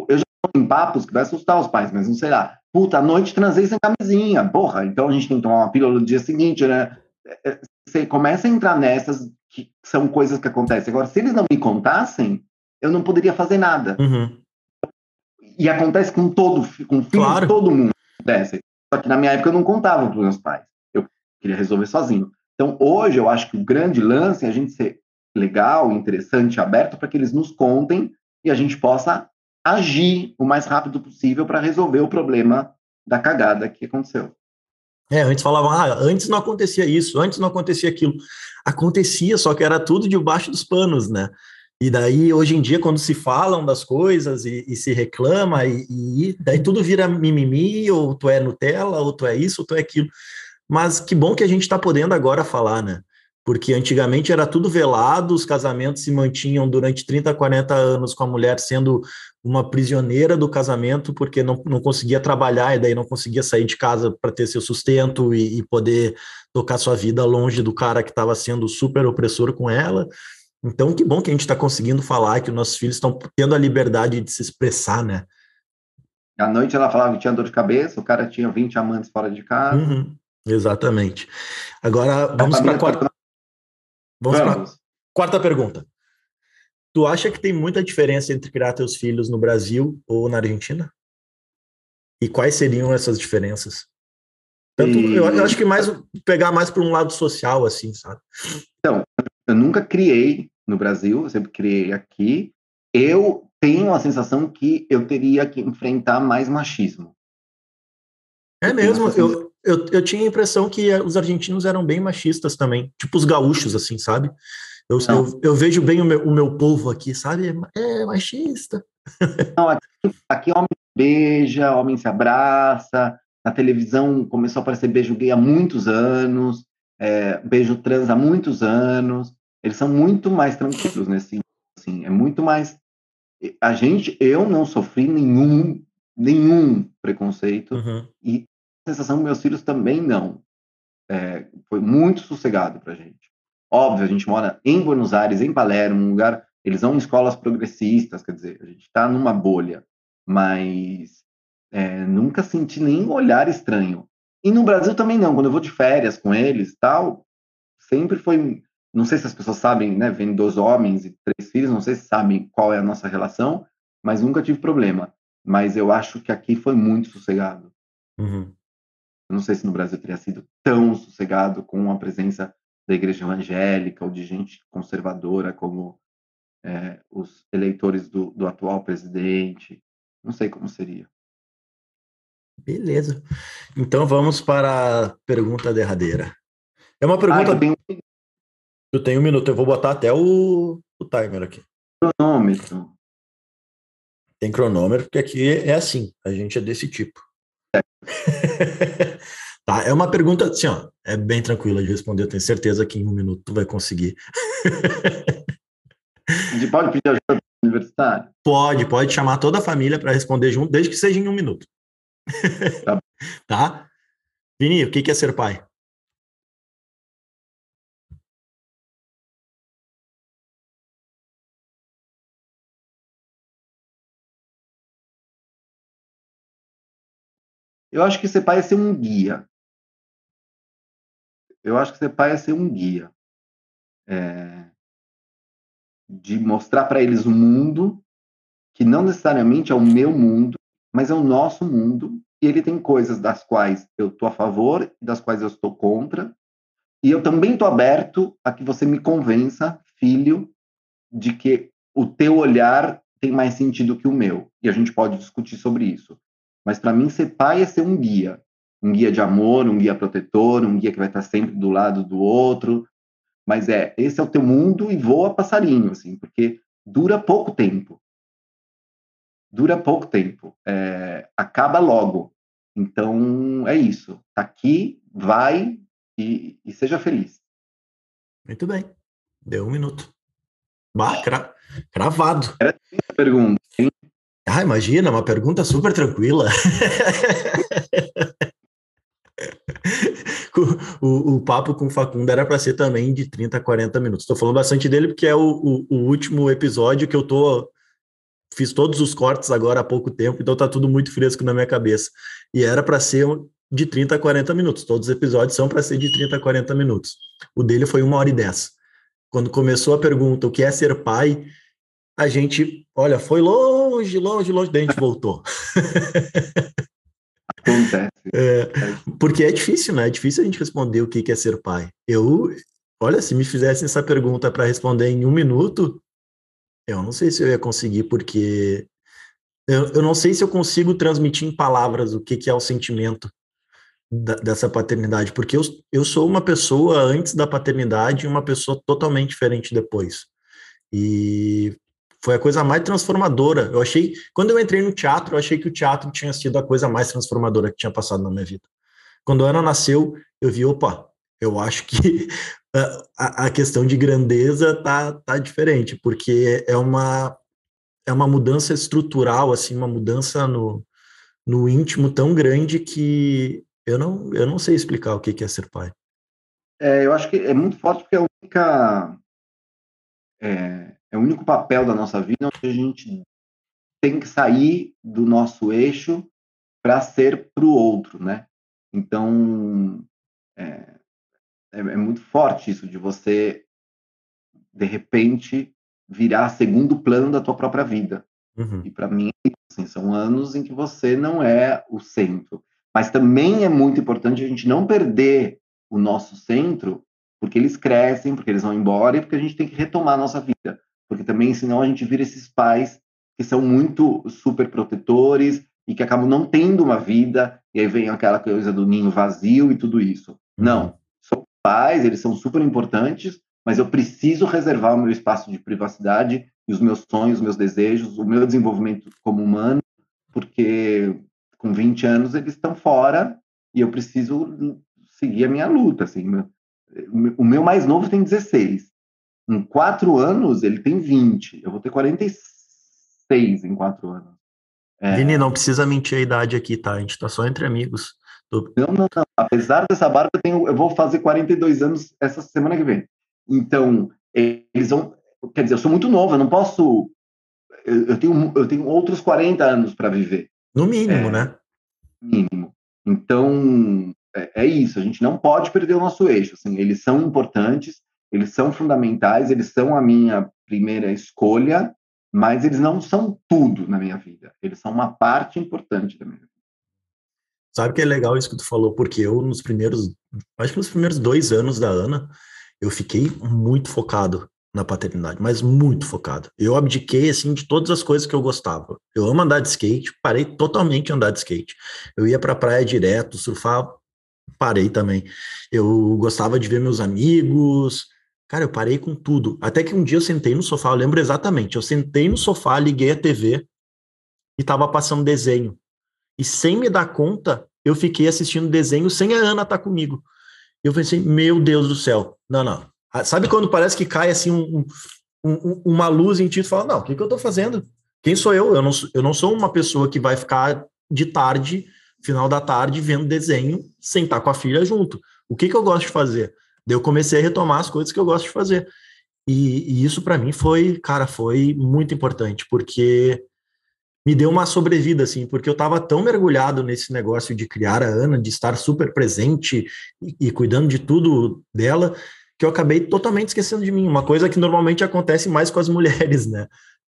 em papos que vai assustar os pais, mas não sei lá. Puta, à noite transei sem camisinha. Porra, então a gente tem que tomar uma pílula no dia seguinte, né? Você começa a entrar nessas que são coisas que acontecem. Agora, se eles não me contassem, eu não poderia fazer nada. Uhum. E acontece com filho Claro. de todo mundo. Acontece. Só que na minha época eu não contava para os meus pais. Eu queria resolver sozinho. Então, hoje, eu acho que o grande lance é a gente ser legal, interessante, aberto, para que eles nos contem e a gente possa agir o mais rápido possível para resolver o problema da cagada que aconteceu. Antes falavam, antes não acontecia isso, antes não acontecia aquilo. Acontecia, só que era tudo debaixo dos panos, né? E daí, hoje em dia, quando se falam das coisas e se reclama, e daí tudo vira mimimi, ou tu é Nutella, ou tu é isso, ou tu é aquilo. Mas que bom que a gente está podendo agora falar, né? Porque antigamente era tudo velado, os casamentos se mantinham durante 30, 40 anos com a mulher sendo uma prisioneira do casamento, porque não conseguia trabalhar e daí não conseguia sair de casa para ter seu sustento e poder tocar sua vida longe do cara que estava sendo super opressor com ela. Então, que bom que a gente está conseguindo falar, que os nossos filhos estão tendo a liberdade de se expressar, né? À noite ela falava que tinha dor de cabeça, o cara tinha 20 amantes fora de casa. Uhum, exatamente. Agora, vamos para a quarta. Vamos para a quarta pergunta. Tu acha que tem muita diferença entre criar teus filhos no Brasil ou na Argentina? E quais seriam essas diferenças? Tanto, eu acho que pegar mais para um lado social, assim, sabe? Então, eu nunca criei no Brasil, eu sempre criei aqui. Eu tenho a sensação que eu teria que enfrentar mais machismo. É mesmo, eu tinha a impressão que os argentinos eram bem machistas também, tipo os gaúchos, assim, sabe? Eu vejo bem o meu povo aqui, sabe? É machista. Não, aqui homem beija, homem se abraça, na televisão começou a aparecer beijo gay há muitos anos, beijo trans há muitos anos, eles são muito mais tranquilos nesse sentido, assim, é muito mais... Eu não sofri nenhum preconceito, e a sensação meus filhos também não. Foi muito sossegado pra gente. Óbvio, a gente mora em Buenos Aires, em Palermo, um lugar... Eles vão em escolas progressistas, quer dizer, a gente está numa bolha, mas nunca senti nenhum olhar estranho. E no Brasil também não, quando eu vou de férias com eles, tal, sempre foi... Não sei se as pessoas sabem, né, vendo 2 homens e 3 filhos, não sei se sabem qual é a nossa relação, mas nunca tive problema. Mas eu acho que aqui foi muito sossegado. Uhum. Eu não sei se no Brasil teria sido tão sossegado com a presença da igreja evangélica ou de gente conservadora como os eleitores do atual presidente. Não sei como seria. Beleza. Então vamos para a pergunta derradeira. É uma pergunta... Eu tenho 1 minuto, eu vou botar até o timer aqui. Cronômetro. Tem cronômetro, porque aqui é assim, a gente é desse tipo. Tá, é uma pergunta assim, ó, é bem tranquila de responder, eu tenho certeza que em 1 minuto tu vai conseguir. A gente pode pedir ajuda do universitário? Pode chamar toda a família para responder junto, desde que seja em 1 minuto. Tá. Tá? Vini, o que é ser pai? Eu acho que ser pai é ser um guia. Eu acho que ser pai é ser um guia. De mostrar para eles um mundo que não necessariamente é o meu mundo, mas é o nosso mundo, e ele tem coisas das quais eu estou a favor e das quais eu estou contra, e eu também estou aberto a que você me convença, filho, de que o teu olhar tem mais sentido que o meu, e a gente pode discutir sobre isso. Mas para mim ser pai é ser um guia de amor, um guia protetor, um guia que vai estar sempre do lado do outro, mas esse é o teu mundo e voa passarinho, assim, porque dura pouco tempo. Acaba logo. Então, é isso. Tá aqui, vai e seja feliz. Muito bem. Deu 1 minuto. Bah, cravado. Era a pergunta, hein? Imagina, uma pergunta super tranquila. O papo com o Facundo era para ser também de 30 a 40 minutos. Estou falando bastante dele porque é o último episódio que eu estou fiz todos os cortes agora há pouco tempo, então tá tudo muito fresco na minha cabeça. E era para ser de 30 a 40 minutos. Todos os episódios são para ser de 30 a 40 minutos. O dele foi 1h10. Quando começou a pergunta o que é ser pai, a gente, olha, foi longe, longe, longe, daí a gente voltou. Acontece. Porque é difícil, né? É difícil a gente responder o que é ser pai. Olha, se me fizessem essa pergunta para responder em 1 minuto, eu não sei se eu ia conseguir, porque eu não sei se eu consigo transmitir em palavras o que é o sentimento dessa paternidade, porque eu sou uma pessoa antes da paternidade e uma pessoa totalmente diferente depois. E foi a coisa mais transformadora. Quando eu entrei no teatro, eu achei que o teatro tinha sido a coisa mais transformadora que tinha passado na minha vida. Quando a Ana nasceu, eu vi, opa, eu acho que a questão de grandeza tá diferente, porque é uma mudança estrutural, assim, uma mudança no íntimo tão grande que eu não sei explicar o que é ser pai. Eu acho que é muito forte porque é o único papel da nossa vida onde a gente tem que sair do nosso eixo para ser para o outro, né? Então, é muito forte isso de você, de repente, virar segundo plano da tua própria vida. Uhum. E para mim, assim, são anos em que você não é o centro. Mas também é muito importante a gente não perder o nosso centro, porque eles crescem, porque eles vão embora e porque a gente tem que retomar a nossa vida. Porque também, senão, a gente vira esses pais que são muito super protetores e que acabam não tendo uma vida, e aí vem aquela coisa do ninho vazio e tudo isso. Uhum. Não, são pais, eles são super importantes, mas eu preciso reservar o meu espaço de privacidade e os meus sonhos, os meus desejos, o meu desenvolvimento como humano, porque com 20 anos eles estão fora e eu preciso seguir a minha luta. Assim. O meu mais novo tem 16. Em 4 anos, ele tem 20. Eu vou ter 46 em 4 anos. Vini, não precisa mentir a idade aqui, tá? A gente tá só entre amigos. Não. Apesar dessa barba, eu vou fazer 42 anos essa semana que vem. Então, eles vão... Quer dizer, eu sou muito novo, eu não posso... Eu tenho outros 40 anos para viver. No mínimo, né? Mínimo. Então, é isso. A gente não pode perder o nosso eixo. Assim, eles são importantes, eles são fundamentais, eles são a minha primeira escolha, mas eles não são tudo na minha vida. Eles são uma parte importante da minha vida. Sabe que é legal isso que tu falou, porque eu acho que nos primeiros 2 anos da Ana, eu fiquei muito focado na paternidade, mas muito focado. Eu abdiquei, assim, de todas as coisas que eu gostava. Eu amo andar de skate, parei totalmente de andar de skate. Eu ia pra praia direto, surfar, parei também. Eu gostava de ver meus amigos. Cara, eu parei com tudo. Até que um dia eu sentei no sofá, eu lembro exatamente, eu sentei no sofá, liguei a TV e tava passando desenho. E sem me dar conta, eu fiquei assistindo desenho sem a Ana estar comigo. Eu pensei, meu Deus do céu, não. Sabe quando parece que cai assim uma luz em ti e fala, não, o que eu tô fazendo? Quem sou eu? Eu não sou uma pessoa que vai ficar de tarde, final da tarde, vendo desenho sem estar com a filha junto. O que eu gosto de fazer? Daí eu comecei a retomar as coisas que eu gosto de fazer. E isso para mim foi muito importante, porque me deu uma sobrevida, assim, porque eu estava tão mergulhado nesse negócio de criar a Ana, de estar super presente e cuidando de tudo dela, que eu acabei totalmente esquecendo de mim. Uma coisa que normalmente acontece mais com as mulheres, né?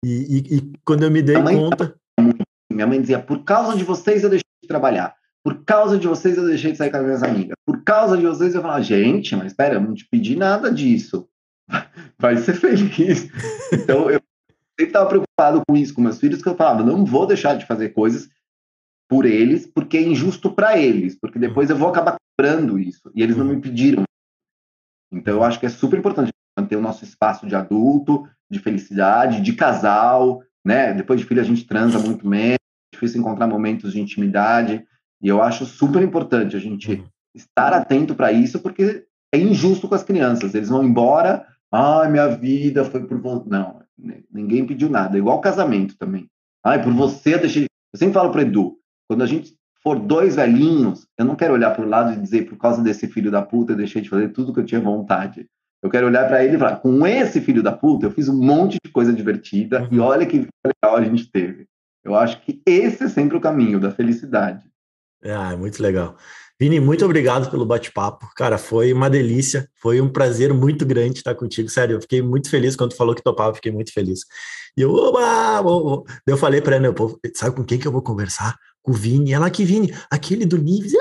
E quando eu me dei conta... Minha mãe dizia, por causa de vocês eu deixei de trabalhar. Por causa de vocês eu deixei de sair com as minhas amigas. Por causa de vocês eu falava, gente, mas espera, eu não te pedi nada disso. Vai ser feliz. Então, eu sempre estava preocupado com isso, com meus filhos, que eu falava, não vou deixar de fazer coisas por eles, porque é injusto para eles, porque depois eu vou acabar cobrando isso, e eles não me pediram. Então, eu acho que é super importante manter o nosso espaço de adulto, de felicidade, de casal, né? Depois de filho a gente transa muito menos, é difícil encontrar momentos de intimidade, e eu acho super importante a gente estar atento para isso, porque é injusto com as crianças, eles vão embora, minha vida foi por você. Não, ninguém pediu nada. É igual casamento também. Por você eu deixei... Eu sempre falo para o Edu, quando a gente for 2 velhinhos, eu não quero olhar para o lado e dizer, por causa desse filho da puta, eu deixei de fazer tudo que eu tinha vontade. Eu quero olhar para ele e falar, com esse filho da puta, eu fiz um monte de coisa divertida e olha que legal a gente teve. Eu acho que esse é sempre o caminho da felicidade. É muito legal. Vini, muito obrigado pelo bate-papo. Cara, foi uma delícia, foi um prazer muito grande estar contigo. Sério, eu fiquei muito feliz quando tu falou que topava, fiquei muito feliz. E eu falei para ela, pô, sabe com quem que eu vou conversar? Com o Vini. Ela, que Vini? Aquele do Nives.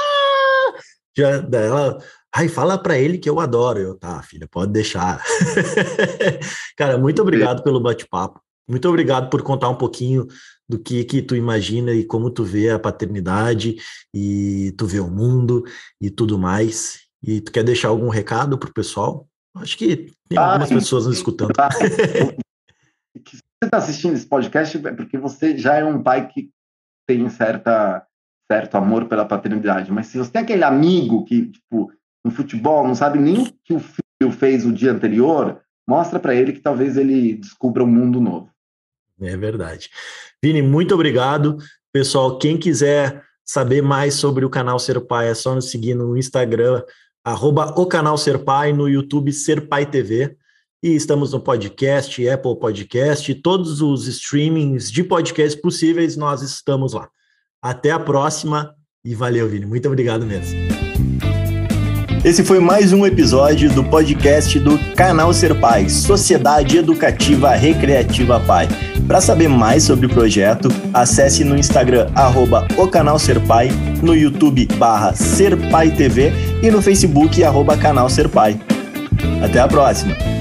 Ela, fala para ele que eu adoro. Eu, tá, filha, pode deixar. Cara, muito obrigado pelo bate-papo. Muito obrigado por contar um pouquinho do que tu imagina e como tu vê a paternidade e tu vê o mundo e tudo mais. E tu quer deixar algum recado pro pessoal? Acho que tem algumas pessoas nos escutando. Se você está assistindo esse podcast é porque você já é um pai que tem certo amor pela paternidade. Mas se você tem aquele amigo que, tipo, no futebol não sabe nem o que o filho fez o dia anterior, mostra para ele que talvez ele descubra um mundo novo. É verdade. Vini, muito obrigado. Pessoal, quem quiser saber mais sobre o canal Ser Pai, é só nos seguir no Instagram, @ocanalserpai, no YouTube Ser Pai TV. E estamos no podcast, Apple Podcast, todos os streamings de podcast possíveis, nós estamos lá. Até a próxima e valeu, Vini. Muito obrigado mesmo. Esse foi mais um episódio do podcast do Canal Ser Pai, Sociedade Educativa Recreativa Pai. Para saber mais sobre o projeto, acesse no Instagram @ocanalserpai, no YouTube /SerPaiTV e no Facebook @Canal Ser Pai. Até a próxima!